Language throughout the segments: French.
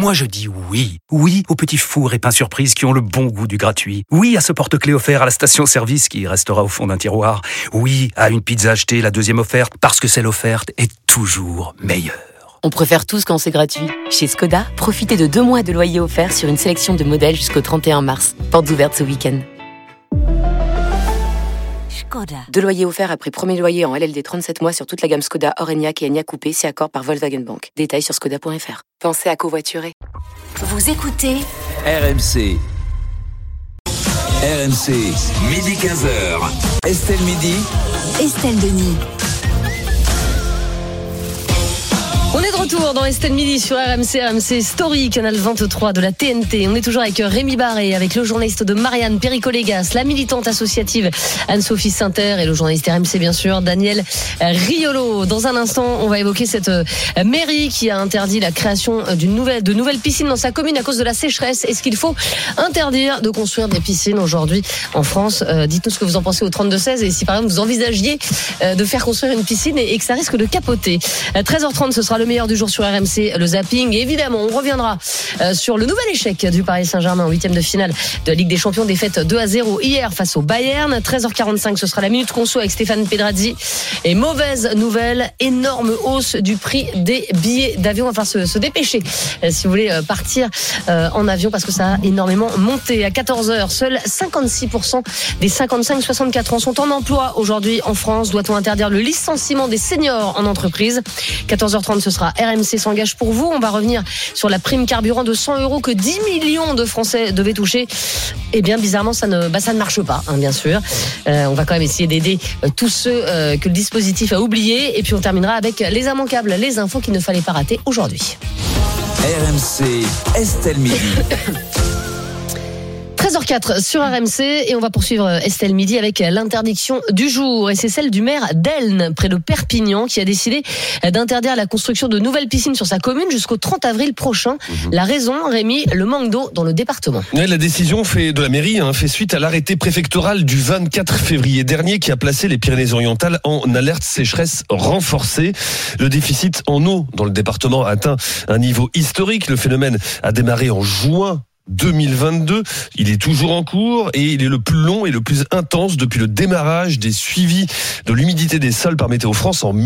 Moi je dis oui. Oui aux petits fours et pains surprises qui ont le bon goût du gratuit. Oui à ce porte-clés offert à la station-service qui restera au fond d'un tiroir. Oui à une pizza achetée, la deuxième offerte, parce que celle offerte est toujours meilleure. On préfère tous quand c'est gratuit. Chez Skoda, profitez de 2 mois de loyer offert sur une sélection de modèles jusqu'au 31 mars. Portes ouvertes ce week-end. Skoda. 2 loyers offerts après premier loyer en LLD 37 mois sur toute la gamme Skoda, Orenia et Enyaq Coupé, si accord par Volkswagen Bank. Détails sur skoda.fr. Pensez à covoiturer. Vous écoutez RMC. RMC, midi 15h. Estelle Midi. Estelle Denis. On est de retour dans Estelle Midi sur RMC Story, canal 23 de la TNT. On est toujours avec Rémi Barré, avec le journaliste de Marianne Perico-Légas, la militante associative Anne-Sophie Sainter et le journaliste RMC bien sûr, Daniel Riolo. Dans un instant, on va évoquer cette mairie qui a interdit la création de nouvelles piscines dans sa commune à cause de la sécheresse. Est-ce qu'il faut interdire de construire des piscines aujourd'hui en France? Dites-nous ce que vous en pensez au 32-16 et si par exemple vous envisagiez de faire construire une piscine et que ça risque de capoter. 13h30, ce sera le meilleur du jour sur RMC, le zapping. Et évidemment, on reviendra sur le nouvel échec du Paris Saint-Germain en 8e de finale de la Ligue des Champions, défaite 2-0 hier face au Bayern. 13h45, ce sera la Minute Conso avec Stéphane Pedrazzi. Et mauvaise nouvelle, énorme hausse du prix des billets d'avion. On va falloir se dépêcher si vous voulez partir en avion parce que ça a énormément monté. À 14h, seuls 56% des 55-64 ans sont en emploi aujourd'hui en France. Doit-on interdire le licenciement des seniors en entreprise? 14h30, ce sera RMC s'engage pour vous. On va revenir sur la prime carburant de 100 € que 10 millions de Français devaient toucher. Eh bien, bizarrement, ça ne marche pas, bien sûr. On va quand même essayer d'aider tous ceux que le dispositif a oubliés. Et puis, on terminera avec les immanquables, les infos qu'il ne fallait pas rater aujourd'hui. RMC, Estelle Midi. 13h04 sur RMC et on va poursuivre Estelle Midi avec l'interdiction du jour et c'est celle du maire d'Elne près de Perpignan qui a décidé d'interdire la construction de nouvelles piscines sur sa commune jusqu'au 30 avril prochain. La raison, Rémi, le manque d'eau dans le département. Ouais, la décision de la mairie fait suite à l'arrêté préfectoral du 24 février dernier qui a placé les Pyrénées-Orientales en alerte sécheresse renforcée. Le déficit en eau dans le département a atteint un niveau historique. Le phénomène a démarré en juin 2022, il est toujours en cours et il est le plus long et le plus intense depuis le démarrage des suivis de l'humidité des sols par Météo France en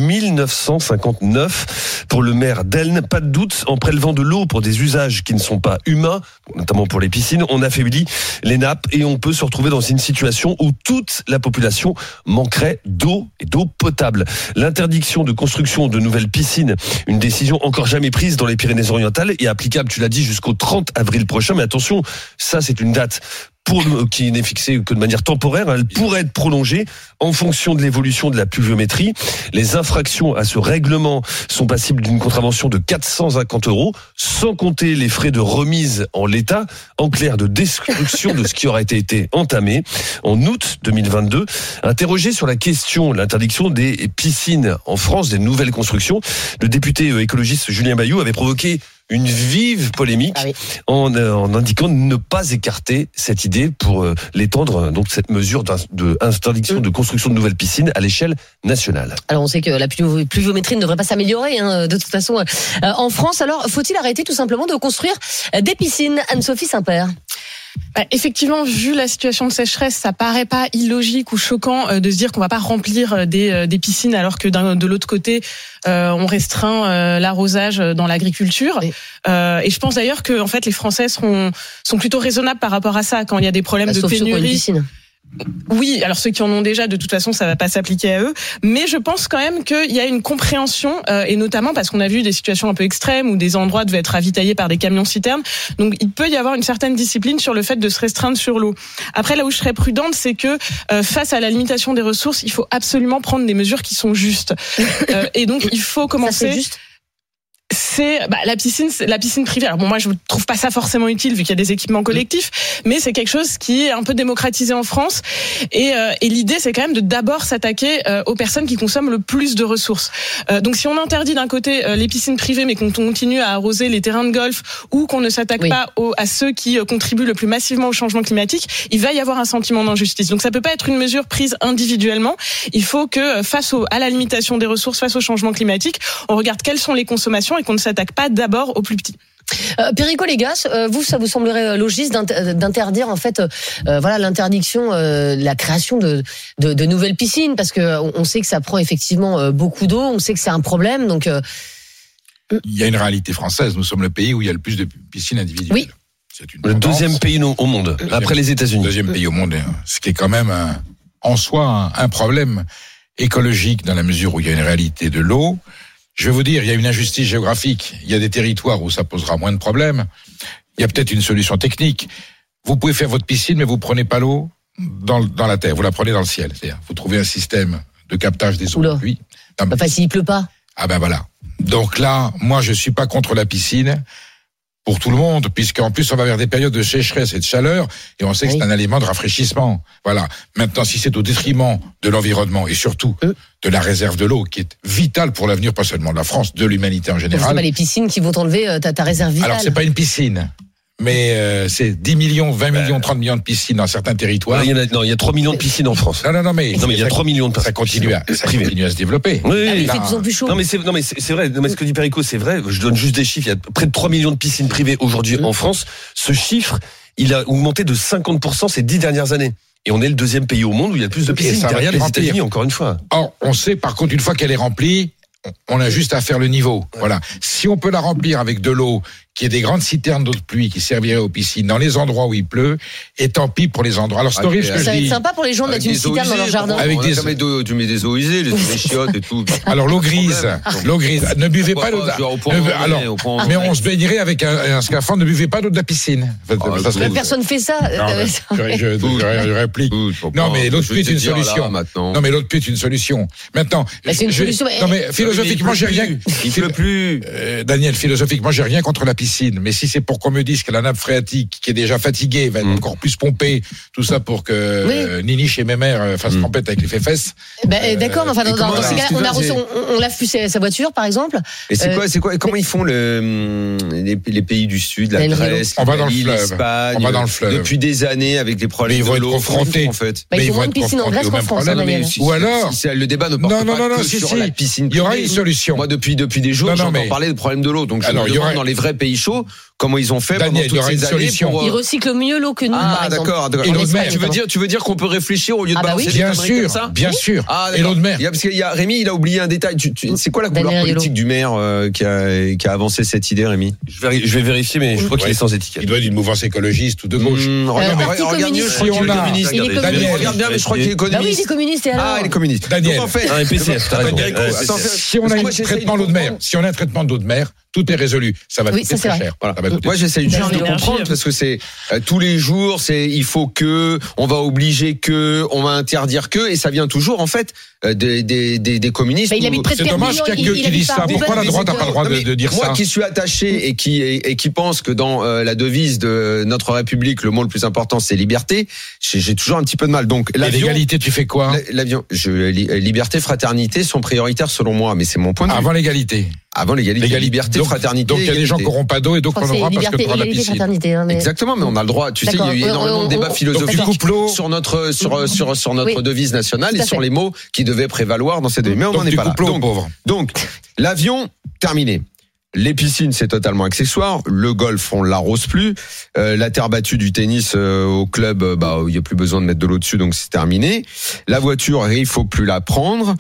1959. Pour le maire d'Elne, pas de doute, en prélevant de l'eau pour des usages qui ne sont pas humains, notamment pour les piscines, on affaiblit les nappes et on peut se retrouver dans une situation où toute la population manquerait d'eau et d'eau potable. L'interdiction de construction de nouvelles piscines, une décision encore jamais prise dans les Pyrénées-Orientales et applicable, tu l'as dit, jusqu'au 30 avril prochain. Mais attention, ça c'est une date qui n'est fixée que de manière temporaire. Elle pourrait être prolongée en fonction de l'évolution de la pluviométrie. Les infractions à ce règlement sont passibles d'une contravention de 450 €, sans compter les frais de remise en l'état, en clair de destruction de ce qui aurait été entamé. En août 2022, interrogé sur la question de l'interdiction des piscines en France, des nouvelles constructions, le député écologiste Julien Bayou avait provoqué une vive polémique en indiquant ne pas écarter cette idée pour l'étendre, donc cette mesure d'interdiction de construction de nouvelles piscines à l'échelle nationale. Alors on sait que la pluviométrie ne devrait pas s'améliorer de toute façon en France. Alors faut-il arrêter tout simplement de construire des piscines? Anne-Sophie Saint-Père. Effectivement, vu la situation de sécheresse, ça paraît pas illogique ou choquant de se dire qu'on va pas remplir des piscines alors que de l'autre côté on restreint l'arrosage dans l'agriculture. Et je pense d'ailleurs que en fait les Français sont plutôt raisonnables par rapport à ça quand il y a des problèmes de pénurie. Oui, alors ceux qui en ont déjà, de toute façon, ça va pas s'appliquer à eux. Mais je pense quand même qu'il y a une compréhension, et notamment parce qu'on a vu des situations un peu extrêmes où des endroits devaient être ravitaillés par des camions-citernes. Donc, il peut y avoir une certaine discipline sur le fait de se restreindre sur l'eau. Après, là où je serais prudente, c'est que face à la limitation des ressources, il faut absolument prendre des mesures qui sont justes. Et donc, il faut commencer. Ça, c'est juste. C'est la piscine privée. Alors bon, moi je trouve pas ça forcément utile vu qu'il y a des équipements collectifs, mais c'est quelque chose qui est un peu démocratisé en France et l'idée c'est quand même de d'abord s'attaquer aux personnes qui consomment le plus de ressources. Donc si on interdit d'un côté les piscines privées mais qu'on continue à arroser les terrains de golf ou qu'on ne s'attaque pas à ceux qui contribuent le plus massivement au changement climatique, il va y avoir un sentiment d'injustice. Donc ça peut pas être une mesure prise individuellement. Il faut que face à la limitation des ressources, face au changement climatique, on regarde quelles sont les consommations et qu'on ne s'attaque pas d'abord aux plus petits. Perico Légas, vous, ça vous semblerait logique d'interdire en fait, l'interdiction, la création de nouvelles piscines, parce que on sait que ça prend effectivement beaucoup d'eau, on sait que c'est un problème, donc. Il y a une réalité française. Nous sommes le pays où il y a le plus de piscines individuelles. Oui. C'est une Le tendance. deuxième pays au monde, après les États-Unis. Deuxième pays au monde, ce qui est quand même en soi un problème écologique dans la mesure où il y a une réalité de l'eau. Je vais vous dire, il y a une injustice géographique. Il y a des territoires où ça posera moins de problèmes. Il y a peut-être une solution technique. Vous pouvez faire votre piscine, mais vous prenez pas l'eau dans la terre. Vous la prenez dans le ciel. C'est-à-dire, vous trouvez un système de captage des eaux de pluie. Enfin, s'il pleut pas. Ah ben voilà. Donc là, moi, je suis pas contre la piscine pour tout le monde, puisqu'en plus, on va vers des périodes de sécheresse et de chaleur, et on sait que c'est un aliment de rafraîchissement. Voilà. Maintenant, si c'est au détriment de l'environnement et surtout de la réserve de l'eau, qui est vitale pour l'avenir, pas seulement de la France, de l'humanité en général. C'est pas les piscines qui vont t'enlever ta réserve vitale. Alors, c'est pas une piscine. Mais c'est 10 millions, 20 millions, 30 millions de piscines dans certains territoires. Il y a 3 millions de piscines en France. Non, mais il y a 3 millions de ça continue à se développer. Oui, il fait de plus en plus chaud. Non mais c'est vrai. Non mais ce que dit Perico, c'est vrai. Je donne juste des chiffres. Il y a près de 3 millions de piscines privées aujourd'hui en France. Ce chiffre, il a augmenté de 50% ces 10 dernières années. Et on est le deuxième pays au monde où il y a le plus de piscines derrière les États-Unis, encore une fois. Or, on sait par contre, une fois qu'elle est remplie, on a juste à faire le niveau. Voilà. Si on peut la remplir avec de l'eau, qui est des grandes citernes d'eau de pluie qui serviraient aux piscines dans les endroits où il pleut, et tant pis pour les endroits. Alors c'est horrible ce que je dis. Ça va être sympa pour les gens de mettre une citerne dans leur jardin. Avec tu mets des eaux usées, les chiottes et tout. Alors l'eau grise, ne buvez pas l'eau. Mais on se baignerait avec un scaphandre. Ne buvez pas l'eau de la piscine. Personne fait ça. Je réplique. Non, mais l'eau de pluie est une solution. Non, mais l'eau de pluie est une solution. Maintenant, c'est une solution. Non, mais philosophiquement, j'ai rien. Il pleut plus. Daniel, philosophiquement, j'ai rien contre la piscine. Mais si c'est pour qu'on me dise que la nappe phréatique, qui est déjà fatiguée, va être encore plus pompée, tout ça pour que Nini chez mes mères fasse trompette avec les fesses. D'accord, enfin, dans ces cas-là, on lave plus sa voiture, par exemple. Et c'est quoi, comment ils font les pays du Sud, la Grèce, l'Espagne, on va dans le fleuve. Depuis des années avec des problèmes de l'eau. confrontés, en fait. Ils font une piscine en Grèce qu'en France, Ou alors, le débat ne porte pas que sur la piscine. Il y aura une solution. Moi, depuis des jours, j'entends parler de problèmes de l'eau. Donc, je me demande dans les vrais pays chauds, comment ils ont fait pendant toutes ces années pour... Ils recyclent mieux l'eau que nous, par exemple. D'accord. Tu veux dire qu'on peut réfléchir au lieu de balancer des conneries comme ça ? Bien sûr. Et l'eau de mer. Parce qu'il y a Rémi, il a oublié un détail. C'est quoi la couleur politique du maire qui a avancé cette idée, Rémi ? Je vais vérifier, mais je crois qu'il est sans étiquette. Il doit être d'une mouvance écologiste ou de gauche. Regarde mieux, je crois qu'il est communiste. Regarde bien, mais je crois qu'il est communiste. Ah oui, il est communiste, et alors ? Ah, il est communiste. Daniel. Donc en fait, si on a un traitement d'eau de mer, tout est résolu. Ça va coûter très cher. Moi, j'essaie juste de comprendre parce que c'est tous les jours, il faut que, on va obliger que, on va interdire que, et ça vient toujours en fait des communistes. C'est dommage qu'il y a que qui disent ça. Pourquoi la droite n'a pas le droit de dire ça ? Moi qui suis attaché et qui pense que dans la devise de notre République, le mot le plus important c'est liberté, j'ai toujours un petit peu de mal. Donc l'égalité, tu fais quoi ? Liberté, fraternité sont prioritaires selon moi, mais c'est mon point de vue. Avant l'égalité. Avant l'égalité, liberté, fraternité. Donc il y a des gens qui n'auront pas d'eau et donc on aura parce que prendre la piscine. Exactement, mais on a le droit. Tu sais, il y a eu énormément de débats philosophiques sur notre devise nationale et sur les mots qui devaient prévaloir dans cette devise. Mais on n'en est pas là. Donc, l'avion, terminé. Les piscines, c'est totalement accessoire. Le golf, on l'arrose plus. La terre battue du tennis au club, il y a plus besoin de mettre de l'eau dessus, donc c'est terminé. La voiture, il faut plus la prendre.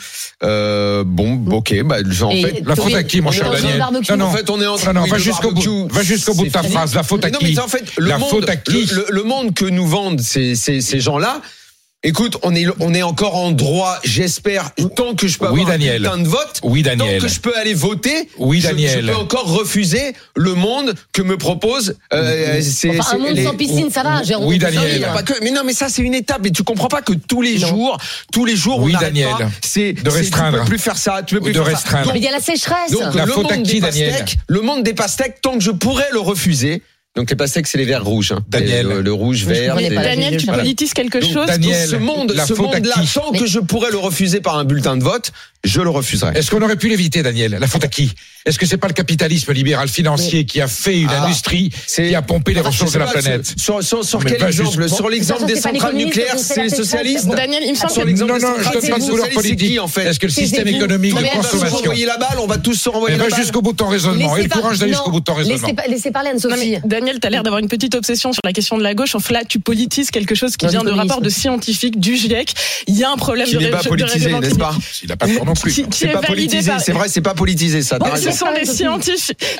Ok. En fait, la faute à qui, mon cher Daniel ? En fait, on est en train de va jusqu'au bout de ta phrase. La faute à qui ? Non, mais en fait, le monde que nous vendent ces gens-là. Écoute, on est encore en droit, j'espère, tant que je peux avoir un bulletin de vote, tant que je peux aller voter, je peux encore refuser le monde que me propose. Un monde sans piscine, ça va. Oui, Daniel. Mais non, mais ça c'est une étape. Mais tu comprends pas que tous les jours, oui, Daniel. C'est de restreindre. Tu peux plus faire ça. Tu peux plus faire ça. Mais il y a la sécheresse. Donc la faute à qui, Daniel ? Le monde des pastèques, tant que je pourrais le refuser. Donc les pastèques, c'est les verts rouges. Daniel, le rouge, vert. Daniel, tu politises quelque chose. Daniel, ce monde-là, tant que je pourrais le refuser par un bulletin de vote, je le refuserai. Est-ce qu'on aurait pu l'éviter, Daniel? La faute à qui? Est-ce que c'est pas le capitalisme libéral financier qui a fait une industrie qui a pompé les ressources de la planète? Sur quel exemple? Sur l'exemple des centrales nucléaires, c'est les socialistes? Daniel, il me semble que non, je donne pas de couleur politique. Est-ce que le système économique de consommation? On va envoyer la balle, on va tous se renvoyer la balle. Va jusqu'au bout de ton raisonnement. Et le courage d'aller jusqu'au bout de ton raisonnement. Laissez parler Anne-Sophie. Daniel, t'as l'air d'avoir une petite obsession sur la question de la gauche. Enfin, là, tu politises quelque chose qui vient de rapport de scientifiques du GIEC. Il y a un problème de réchauffement politisé, n'est-ce pas? Il n'a pas de non plus. C'est pas politisé, c'est vrai, c'est pas politisé, ça. Ce sont des scientifiques.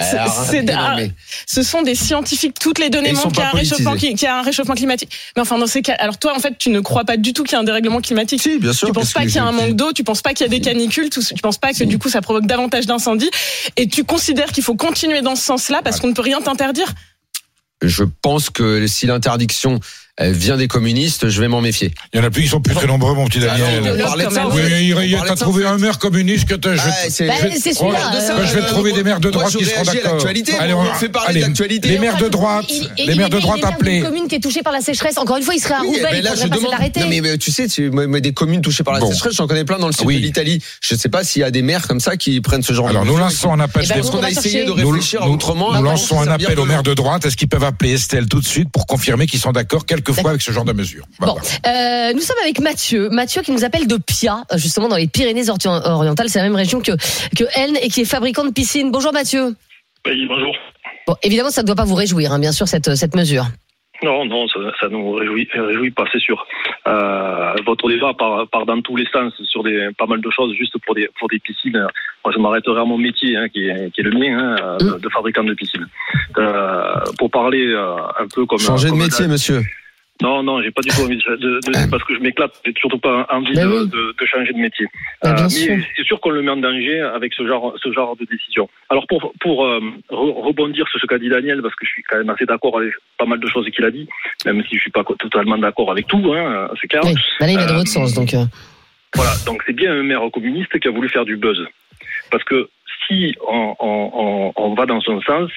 Ce sont des scientifiques. Toutes les données montrent qu'il y a un réchauffement climatique. Mais enfin, dans ces cas, alors toi, en fait, tu ne crois pas du tout qu'il y a un dérèglement climatique. Si, bien sûr. Tu penses pas qu'il y a un manque d'eau. Tu penses pas qu'il y a des canicules. Tu penses pas que du coup, ça provoque davantage d'incendies. Et tu considères qu'il faut continuer dans ce sens-là parce qu'on ne peut rien t'interdire. Je pense que si l'interdiction vient des communistes, je vais m'en méfier. Il y en a plus, ils sont plus très nombreux, mon petit Daniel. T'as trouvé un maire communiste que c'est celui-là. Je vais trouver des maires de droite qui seront d'accord. Allez, on fait parler d'actualité. Les maires de droite, appelés. Une commune qui est touchée par la sécheresse. Encore une fois, il serait à Roubaix. Il faudrait pas s'arrêter. Non, mais tu sais, des communes touchées par la sécheresse, j'en connais plein dans le sud de l'Italie. Je sais pas s'il y a des maires comme ça qui prennent ce genre de. Alors, nous lançons un appel. Parce qu'on a essayé de réfléchir autrement. Nous lançons un appel aux maires de droite. Est-ce qu'ils peuvent appeler Estelle tout de suite pour confirmer qu'ils sont d'accord quelquefois avec ce genre de mesures? Bon, nous sommes avec Mathieu qui nous appelle de Pia, justement dans les Pyrénées-Orientales, c'est la même région que Elne et qui est fabricant de piscines. Bonjour Mathieu. Oui, bonjour. Bon, évidemment, ça ne doit pas vous réjouir, hein, bien sûr, cette mesure. Non, ça nous réjouit pas, c'est sûr. Votre débat part dans tous les sens sur pas mal de choses, juste pour des piscines. Moi, je m'arrêterai à mon métier, hein, qui est le mien, de fabricant de piscines. Pour parler un peu comme changer de métier, monsieur. Non, j'ai pas du tout envie parce que je m'éclate. J'ai surtout pas envie de changer de métier. Mais c'est sûr qu'on le met en danger avec ce genre de décision. Alors pour rebondir sur ce qu'a dit Daniel, parce que je suis quand même assez d'accord avec pas mal de choses qu'il a dit, même si je suis pas totalement d'accord avec tout, hein, c'est clair. Oui. Là, il va dans votre sens, donc. Voilà, donc c'est bien un maire communiste qui a voulu faire du buzz, parce que si on va dans son sens.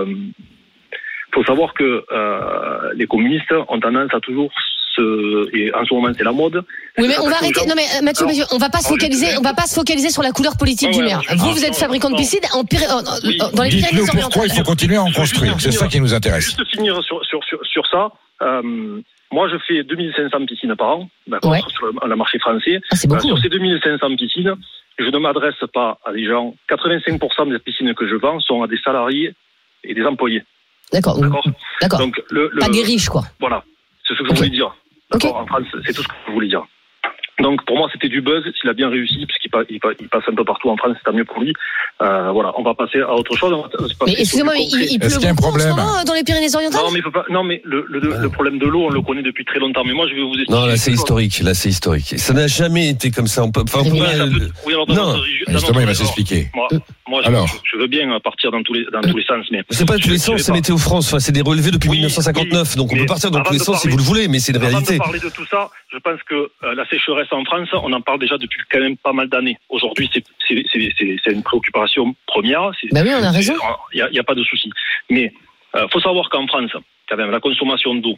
Faut savoir que les communistes ont tendance à toujours et en ce moment c'est la mode. Oui, mais on va arrêter. Non, mais Mathieu, on va pas se focaliser sur la couleur politique du maire. Vous êtes fabricant de piscines dans les Pyrénées-Orientales. Pourquoi il faut continuer à en construire? C'est ça qui nous intéresse. Juste finir sur ça. Moi, je fais 2500 piscines par an, d'accord, sur le marché français. C'est beaucoup. Sur ces 2500 piscines, je ne m'adresse pas à des gens. 85% des piscines que je vends sont à des salariés et des employés. D'accord. Donc, pas des riches, quoi. Voilà. C'est ce que je voulais dire. D'accord. En France, c'est tout ce que je voulais dire. Donc, pour moi, c'était du buzz. S'il a bien réussi, parce qu'il passe un peu partout en France, c'est tant mieux pour lui. Voilà. On va passer à autre chose. Mais excusez-moi, il pleut beaucoup dans les Pyrénées-Orientales? Non, mais le problème de l'eau, on le connaît depuis très longtemps. Mais moi, je vais vous expliquer. Non, là, c'est historique. Ça n'a jamais été comme ça. Justement, il va s'expliquer. Moi, je veux bien partir dans tous les sens, mais. C'est pas tous les sens, c'est Météo France. Enfin, c'est des relevés depuis 1959. Donc, on peut partir dans tous les sens si vous le voulez, mais c'est une réalité. Avant de parler de tout ça, je pense que la sécheresse en France, on en parle déjà depuis quand même pas mal d'années. Aujourd'hui, c'est une préoccupation première. Ben oui, on a raison. Il y a pas de souci. Mais faut savoir qu'en France, quand même, la consommation d'eau.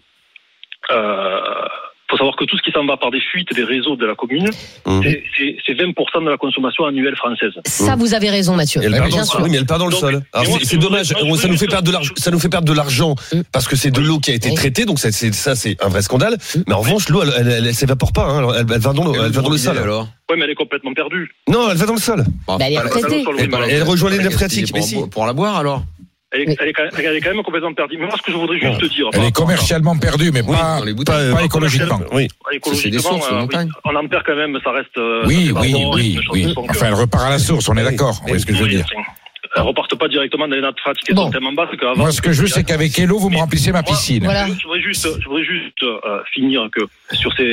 Faut savoir que tout ce qui s'en va par des fuites des réseaux de la commune, c'est 20% de la consommation annuelle française. Ça, vous avez raison, Mathieu. Bien sûr. Oui, mais elle part dans le sol. Alors, c'est dommage. Ça nous fait perdre de l'argent parce que c'est de l'eau qui a été traitée. Donc ça, c'est un vrai scandale. Mais en revanche, l'eau, elle s'évapore pas. Hein. Elle va dans le sol. Alors. Oui, mais elle est complètement perdue. Non, elle va dans le sol. Elle est retraitée. Elle rejoint les nappes phréatiques. Pour la boire, alors. Elle est quand même complètement perdue. Mais moi, ce que je voudrais juste te dire. Elle est commercialement perdue, mais pas écologiquement. Oui. C'est des sources, on en perd quand même, ça reste. Oui. Enfin, elle repart à la source, on est d'accord. Vous voyez ce que je veux dire. Elles repartent pas directement dans les nappes phréatiques, elles sont tellement basses qu'avant. Moi, ce que je veux, c'est qu'avec Hello, vous me remplissez ma piscine. Voilà. Je voudrais juste finir que sur ces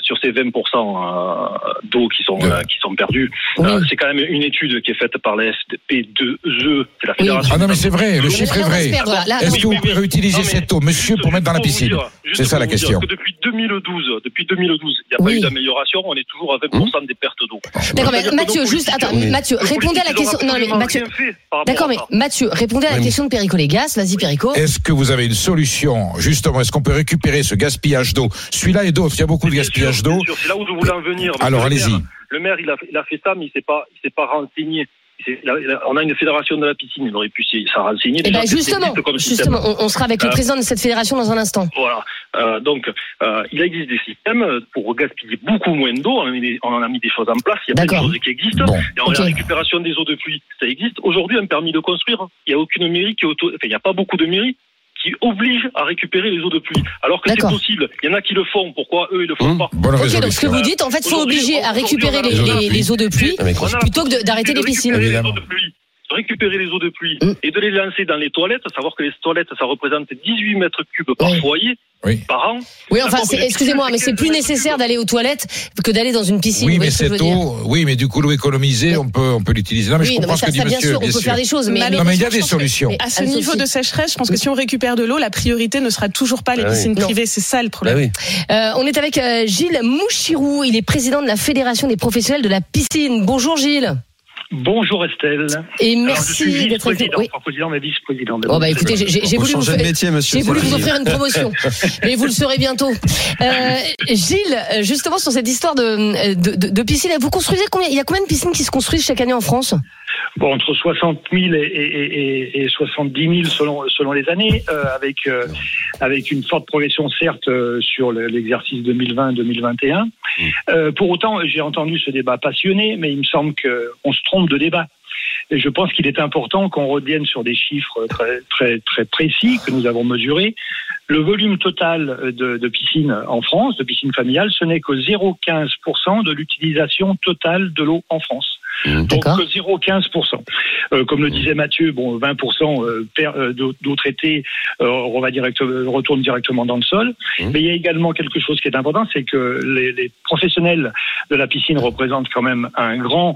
20% d'eau qui sont perdus, c'est quand même une étude qui est faite par la FP2E, c'est la Fédération. Ah non, mais c'est vrai, le chiffre est vrai. Est-ce que vous pouvez réutiliser cette eau, monsieur, pour mettre dans la piscine? C'est ça la question. Depuis 2012, il n'y a pas eu d'amélioration. On est toujours à 20% des pertes d'eau. D'accord, mais Mathieu, Mathieu, répondez à la question. Non, mais Mathieu. D'accord, mais Mathieu, répondez à la question de Perico Légas. Vas-y, Perico. Est-ce que vous avez une solution, justement, est-ce qu'on peut récupérer ce gaspillage d'eau? Celui-là et d'autres, il y a beaucoup de gaspillage d'eau. C'est là où je voulais en venir. Alors, allez-y. Le maire, il a fait ça, mais il s'est pas renseigné. On a une fédération de la piscine, il aurait pu s'en renseigner. Et justement, on sera avec le président de cette fédération dans un instant. Voilà. Donc, il existe des systèmes pour gaspiller beaucoup moins d'eau. On en a mis des choses en place. Il y a plein de choses qui existent. La récupération des eaux de pluie, ça existe. Aujourd'hui, un permis de construire, il n'y a aucune mairie il n'y a pas beaucoup de mairies qui obligent à récupérer les eaux de pluie. Alors que c'est possible. Il y en a qui le font. Pourquoi eux, ils le font pas? Donc ce que vous dites, en fait, il faut obliger à récupérer les eaux de pluie plutôt que d'arrêter les piscines. Récupérer les eaux de pluie et de les lancer dans les toilettes, à savoir que les toilettes, ça représente 18 mètres cubes par foyer. Par an. Oui, enfin, excusez-moi, mais c'est plus nécessaire d'aller aux toilettes que d'aller dans une piscine. Oui, mais cette eau, mais du coup, l'eau économisée, on peut l'utiliser. Non, mais je comprends ce que dit monsieur. Bien sûr, on peut faire des choses, mais non, mais il y a des solutions. À ce niveau de sécheresse, je pense que si on récupère de l'eau, la priorité ne sera toujours pas les piscines privées. C'est ça le problème. On est avec Gilles Mouchirou. Il est président de la Fédération des professionnels de la piscine. Bonjour Gilles. Bonjour Estelle. Et merci d'être avec nous. Pas président, mais vice-président. Écoutez, j'ai voulu vous offrir une promotion, mais vous le saurez bientôt. Gilles, justement sur cette histoire de piscine, vous construisez combien? Il y a combien de piscines qui se construisent chaque année en France? Bon, entre 60 000 et 70 000 selon les années, avec une forte progression certes sur l'exercice 2020-2021. Pour autant, j'ai entendu ce débat passionné, mais il me semble qu'on se trompe de débat. Et je pense qu'il est important qu'on revienne sur des chiffres très, très, très précis que nous avons mesurés. Le volume total de piscines en France, de piscines familiales, ce n'est que 0,15% de l'utilisation totale de l'eau en France. Donc 0,15%. Comme le disait Mathieu, 20% d'eau traitée retourne directement dans le sol. Mais il y a également quelque chose qui est important, c'est que les professionnels de la piscine représentent quand même un grand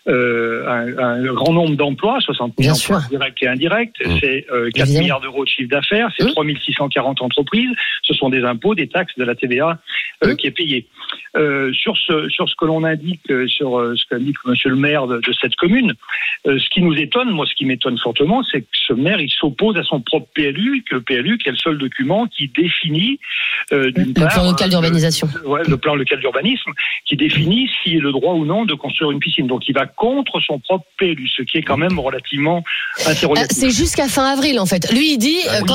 nombre d'emplois, 60 000 emplois directs et indirects. C'est 4 milliards d'euros de chiffre d'affaires, c'est 3 640 entreprises. Ce sont des impôts, des taxes, de la TVA qui est payée. Sur ce que l'on indique, sur ce qu'indique Monsieur le maire de cette commune, ce qui nous étonne, moi ce qui m'étonne fortement, c'est que ce maire il s'oppose à son propre PLU, que le PLU qui est le seul document qui définit le plan local d'urbanisation. Le plan local d'urbanisme qui définit s'il est le droit ou non de construire une piscine. Donc il va contre son propre PLU, ce qui est quand même relativement interrogatif. C'est jusqu'à fin avril en fait. Lui il dit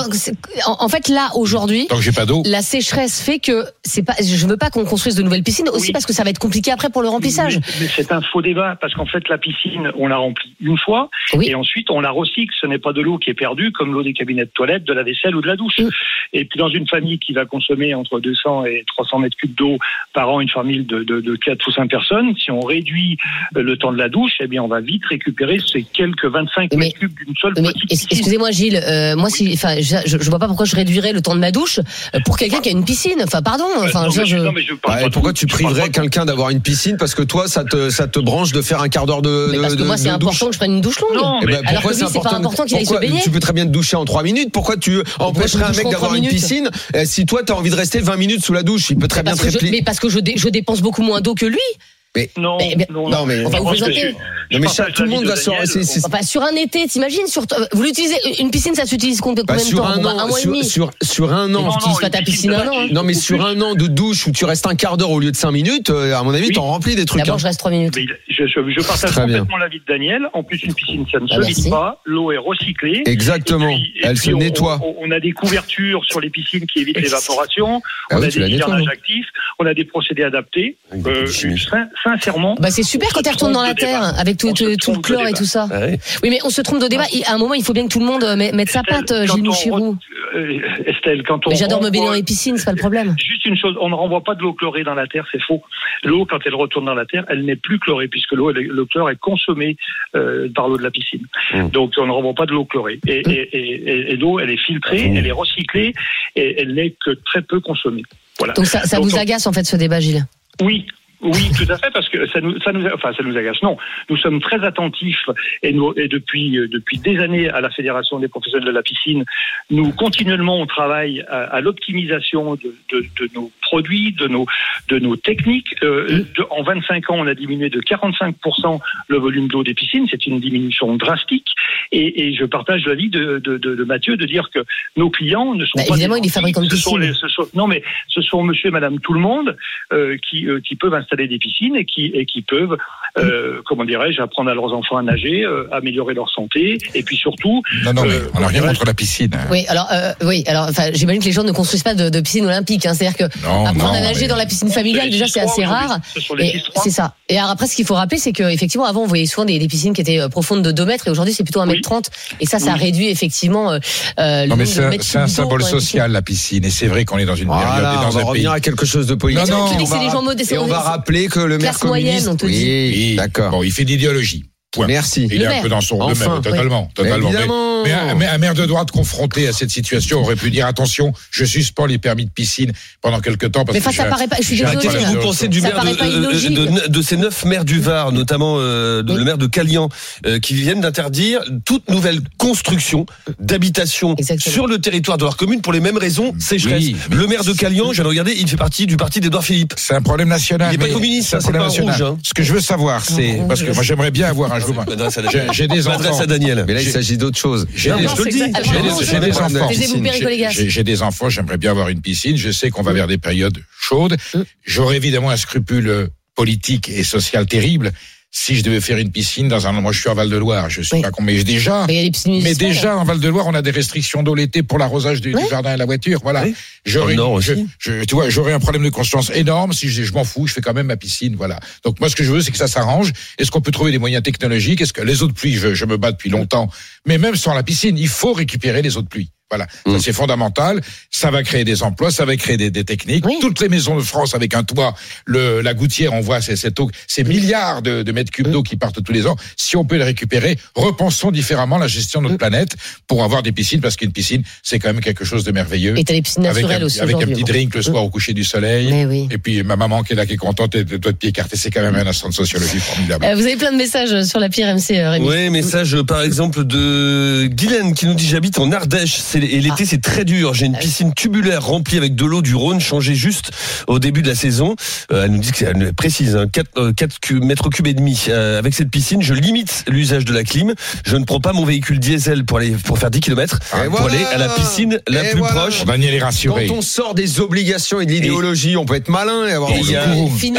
en fait là aujourd'hui, tant que j'ai pas d'eau, la sécheresse fait que je veux pas qu'on construise de nouvelles piscines aussi parce que ça va être compliqué après pour le remplissage. Mais c'est un faux débat parce qu'en fait la piscine on la remplit une fois et ensuite on la recycle. Ce n'est pas de l'eau qui est perdue comme l'eau des cabinets de toilette, de la vaisselle ou de la douche. Et puis dans une famille qui va consommer entre 200 et 300 mètres cubes d'eau par an, une famille de 4 ou 5 personnes, si on réduit le temps de la douche, eh bien on va vite récupérer ces quelques 25 mètres cubes d'une seule petite piscine. Excusez-moi Gilles, moi je vois pas pourquoi je réduirais le temps de ma douche pour quelqu'un qui a une piscine. Enfin pardon. Pourquoi tu priverais quelqu'un d'avoir une piscine parce que toi ça te branche de faire un quart d'heure de parce que moi c'est important que je prenne une douche longue. Alors que lui c'est pas important qu'il aille se baigner. Tu peux très bien te doucher en 3 minutes. Pourquoi tu empêcherais un mec d'avoir une piscine si toi t'as envie de rester 20 minutes sous la douche? Il peut très bien te répliquer. Mais parce que je dépense beaucoup moins d'eau que lui. Mais non, mais enfin, vous plaisantez. Tout le monde va sur sur un été, t'imagines vous l'utilisez une piscine, ça s'utilise combien de temps? Un mois et demi. Sur un an, tu n'utilises pas ta piscine un an. Non, mais sur un an de douche où tu restes un quart d'heure au lieu de 5 minutes, à mon avis, t'en remplis des trucs. D'abord, je reste 3 minutes. Je partage complètement l'avis de Daniel. En plus, une piscine, ça ne se vide pas. L'eau est recyclée. Exactement. Elle se nettoie. On a des couvertures sur les piscines qui évitent l'évaporation. On a des hivernages actifs. On a des procédés adaptés. Sincèrement. C'est super quand elle retourne dans la terre avec tout le chlore et tout ça. Oui, mais on se trompe de débat. À un moment, il faut bien que tout le monde mette sa patte, Gilles Mouchirou. Estelle, mais j'adore me baigner dans les piscines, c'est pas le problème. Juste une chose, on ne renvoie pas de l'eau chlorée dans la terre, c'est faux. L'eau, quand elle retourne dans la terre, elle n'est plus chlorée puisque le chlore est consommé par l'eau de la piscine. Donc on ne renvoie pas de l'eau chlorée. Et l'eau, elle est filtrée, elle est recyclée et elle n'est que très peu consommée. Voilà. Donc ça vous agace en fait ce débat, Gilles? Oui. Oui, tout à fait, parce que ça nous agace. Non, nous sommes très attentifs et depuis des années à la Fédération des professionnels de la piscine, nous continuellement on travaille à l'optimisation de nos produits, de nos techniques. En 25 ans, on a diminué de 45% le volume d'eau des piscines. C'est une diminution drastique. Et je partage l'avis de Mathieu de dire que nos clients ne sont pas évidemment, il est fabricant de piscines. Non, mais ce sont monsieur et madame tout le monde qui peuvent installer des piscines et qui peuvent, comment dirais-je, apprendre à leurs enfants à nager, améliorer leur santé, et puis surtout. Non, mais on n'a rien contre la piscine. Oui, alors, j'imagine que les gens ne construisent pas de piscine olympique. Hein, c'est-à-dire que apprendre à nager dans la piscine familiale, déjà, c'est assez rare. C'est ça. Et alors après, ce qu'il faut rappeler, c'est qu'effectivement, avant, on voyait souvent des piscines qui étaient profondes de 2 mètres, et aujourd'hui, c'est plutôt 1m30. Et ça réduit effectivement. Non, mais c'est un symbole social, la piscine. Et c'est vrai qu'on est dans une période et dans un pays. On va revenir à quelque chose de politique. Et on va rappeler que le maire communiste. Oui, d'accord. Bon, il fait d'idéologie. Point. Merci. Il est un peu dans son domaine, totalement. Mais un maire de droite confronté à cette situation aurait pu dire attention, je suspends les permis de piscine pendant quelques temps. Parce mais ça paraît pas. Je suis désolé. Qu'est-ce que vous pensez du maire de ces 9 maires du Var, notamment le maire de Calian, qui viennent d'interdire toute nouvelle construction d'habitation sur le territoire de leur commune pour les mêmes raisons, sécheresse. Le maire de Calian, je viens de regarder, il fait partie du parti d'Édouard Philippe. C'est un problème national. Il n'est pas communiste, ça, c'est pas rouge. Ce que je veux savoir, c'est parce que moi j'aimerais bien avoir un jour. J'ai des enfants. À Daniel. Mais là, il s'agit d'autre chose. J'ai des enfants. J'ai des enfants. J'aimerais bien avoir une piscine. Je sais qu'on va vers des périodes chaudes. J'aurais évidemment un scrupule politique et social terrible si je devais faire une piscine dans moi je suis à Val-de-Loire, je suis pas mais déjà en Val-de-Loire, on a des restrictions d'eau l'été pour l'arrosage du jardin et la voiture, voilà. Oui. Tu vois, j'aurais un problème de conscience énorme si je m'en fous, je fais quand même ma piscine, voilà. Donc moi ce que je veux c'est que ça s'arrange. Est-ce qu'on peut trouver des moyens technologiques? Est-ce que les eaux de pluie, je me bats depuis longtemps, mais même sans la piscine, il faut récupérer les eaux de pluie. Voilà, ça c'est fondamental. Ça va créer des emplois, ça va créer des techniques. Oui. Toutes les maisons de France avec un toit, la gouttière, on voit cette eau, ces milliards de mètres cubes d'eau qui partent tous les ans. Si on peut les récupérer, repensons différemment la gestion de notre planète pour avoir des piscines, parce qu'une piscine c'est quand même quelque chose de merveilleux. Et t'as les piscines naturelles aussi. Avec un petit drink le soir au coucher du soleil. Et puis ma maman qui est là, qui est contente, et de pied écarté, c'est quand même un instant de sociologie formidable. Vous avez plein de messages sur l'appli RMC, Rémi. Oui, message par exemple de Guylaine qui nous dit: j'habite en Ardèche. Et l'été c'est très dur. J'ai une piscine tubulaire remplie avec de l'eau du Rhône changée juste au début de la saison. Elle nous dit que elle précise 4 mètres cubes et demi. Avec cette piscine, je limite l'usage de la clim. Je ne prends pas mon véhicule diesel pour faire 10 km pour aller à la piscine la plus proche. Daniel est rassuré. Quand on sort des obligations et de l'idéologie, on peut être malin et avoir il y a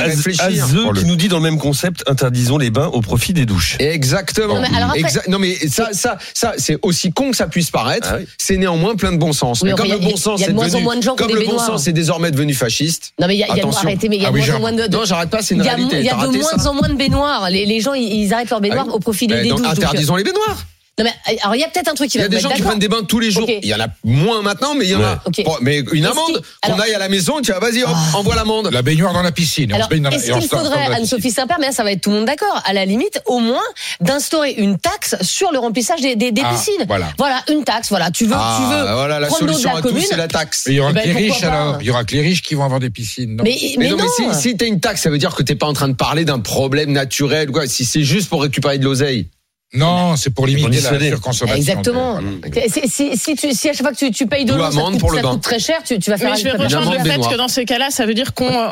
Azeux qui nous dit dans le même concept: interdisons les bains au profit des douches. Exactement. Non mais ça c'est aussi con que ça puisse paraître. C'est néanmoins plein de bon sens. Oui, mais comme le bon sens est devenu fasciste. Non mais il y a de moins en moins de. Non, j'arrête pas, c'est une réalité. Il y a de moins en moins de baignoires. Les gens ils arrêtent leurs baignoires au profit des douches. Interdisons les baignoires. Non mais alors il y a peut-être un truc qui va. Il y a des gens qui prennent des bains tous les jours. Il y en a moins maintenant, mais il y en a. Mais une amende, qu'on aille à la maison, tu vas vas-y, envoie l'amende. La baignoire dans la piscine. Alors, est-ce qu'il faudrait, Anne-Sophie Saint-Père, mais là ça va être tout le monde d'accord, à la limite, au moins d'instaurer une taxe sur le remplissage des piscines. Voilà, une taxe. Voilà, tu veux. Voilà, la solution à tout, c'est la taxe. Il y aura que les riches alors. Il y aura que les riches qui vont avoir des piscines. Mais non, mais si t'as une taxe, ça veut dire que t'es pas en train de parler d'un problème naturel, quoi. Si c'est juste pour récupérer de l'oseille. Non, c'est pour limiter la surconsommation. Exactement. Si à chaque fois que tu payes de l'eau, ça coûte très cher, tu vas faire. Mais je vais rejoindre le fait que dans ces cas-là, ça veut dire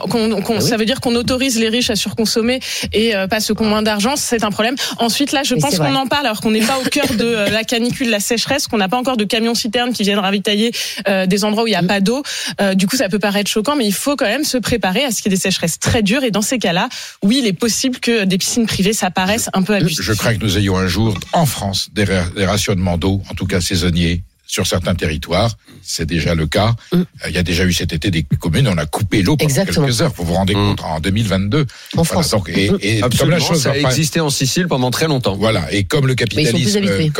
qu'on autorise les riches à surconsommer et pas ceux qui ont moins d'argent. C'est un problème. Ensuite, là, je pense qu'on en parle alors qu'on n'est pas au cœur de la canicule, la sécheresse, qu'on n'a pas encore de camions-citernes qui viennent ravitailler des endroits où il n'y a pas d'eau. Du coup, ça peut paraître choquant, mais il faut quand même se préparer à ce qu'il y ait des sécheresses très dures. Et dans ces cas-là, oui, il est possible que des piscines privées, ça paraisse un peu abusif. Je crains que nous ayons un jour en France des rationnements d'eau, en tout cas saisonniers, sur certains territoires. C'est déjà le cas. Il y a déjà eu cet été des communes, on a coupé l'eau pendant quelques heures. Vous vous rendez compte, en 2022. En France. Donc, et comme la chose ça a existé en Sicile pendant très longtemps. Voilà. Et comme le capitalisme